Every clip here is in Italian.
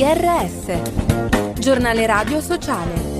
GRS, Giornale Radio Sociale.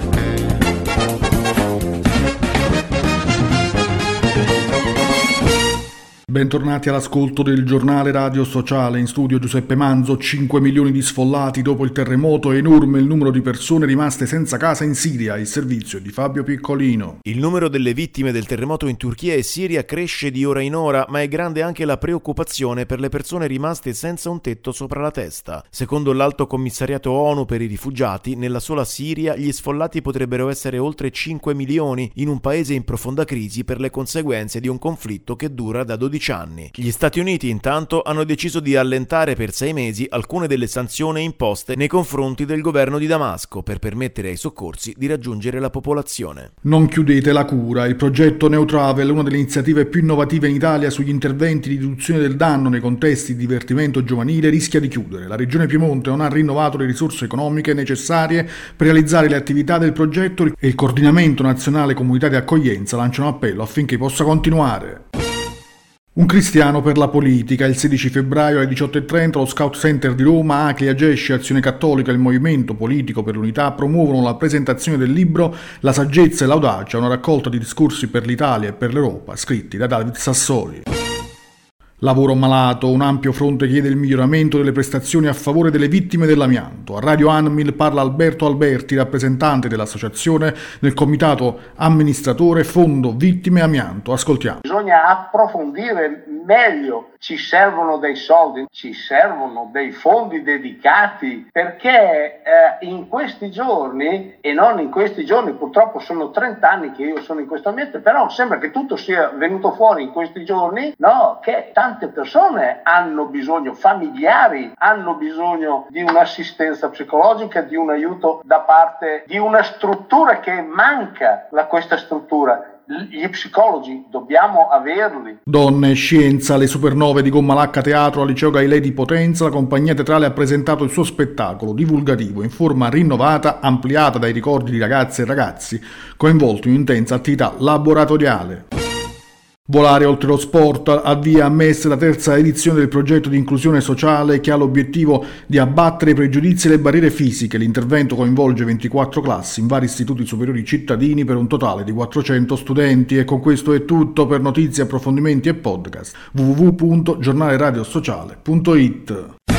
Bentornati all'ascolto del Giornale Radio Sociale. In studio Giuseppe Manzo. 5 milioni di sfollati dopo il terremoto, è enorme il numero di persone rimaste senza casa in Siria. Il servizio di Fabio Piccolino. Il numero delle vittime del terremoto in Turchia e Siria cresce di ora in ora, ma è grande anche la preoccupazione per le persone rimaste senza un tetto sopra la testa. Secondo l'Alto Commissariato ONU per i rifugiati, nella sola Siria gli sfollati potrebbero essere oltre 5 milioni, in un paese in profonda crisi per le conseguenze di un conflitto che dura da 12 anni. Gli Stati Uniti intanto hanno deciso di allentare per 6 mesi alcune delle sanzioni imposte nei confronti del governo di Damasco per permettere ai soccorsi di raggiungere la popolazione. Non chiudete la cura. Il progetto NeoTravel, una delle iniziative più innovative in Italia sugli interventi di riduzione del danno nei contesti di divertimento giovanile, rischia di chiudere. La Regione Piemonte non ha rinnovato le risorse economiche necessarie per realizzare le attività del progetto e il Coordinamento Nazionale Comunità di Accoglienza lancia un appello affinché possa continuare. Un cristiano per la politica. Il 16 febbraio alle 18:30 lo Scout Center di Roma, ACLI, Agesci, Azione Cattolica e il Movimento Politico per l'Unità promuovono la presentazione del libro La saggezza e l'audacia, una raccolta di discorsi per l'Italia e per l'Europa, scritti da David Sassoli. Lavoro malato, un ampio fronte chiede il miglioramento delle prestazioni a favore delle vittime dell'amianto. A Radio Anmil parla Alberto Alberti, rappresentante dell'associazione nel comitato amministratore Fondo Vittime Amianto. Ascoltiamo. Bisogna approfondire meglio, ci servono dei soldi, ci servono dei fondi dedicati, perché in questi giorni, e non in questi giorni, purtroppo sono 30 anni che io sono in questo ambiente, però sembra che tutto sia venuto fuori in questi giorni, no, che tante persone hanno bisogno, familiari hanno bisogno di un'assistenza psicologica, di un aiuto da parte di una struttura che manca, questa struttura. Gli psicologi dobbiamo averli. Donne e scienza, le supernove di Gomma Lacca Teatro al Liceo Galilei di Potenza. La compagnia teatrale ha presentato il suo spettacolo divulgativo in forma rinnovata, ampliata dai ricordi di ragazze e ragazzi coinvolti in un'intensa attività laboratoriale. Volare oltre lo sport, avvia a MES la terza edizione del progetto di inclusione sociale che ha l'obiettivo di abbattere i pregiudizi e le barriere fisiche. L'intervento coinvolge 24 classi in vari istituti superiori cittadini per un totale di 400 studenti. E con questo è tutto. Per notizie, approfondimenti e podcast www.giornaleradiosociale.it.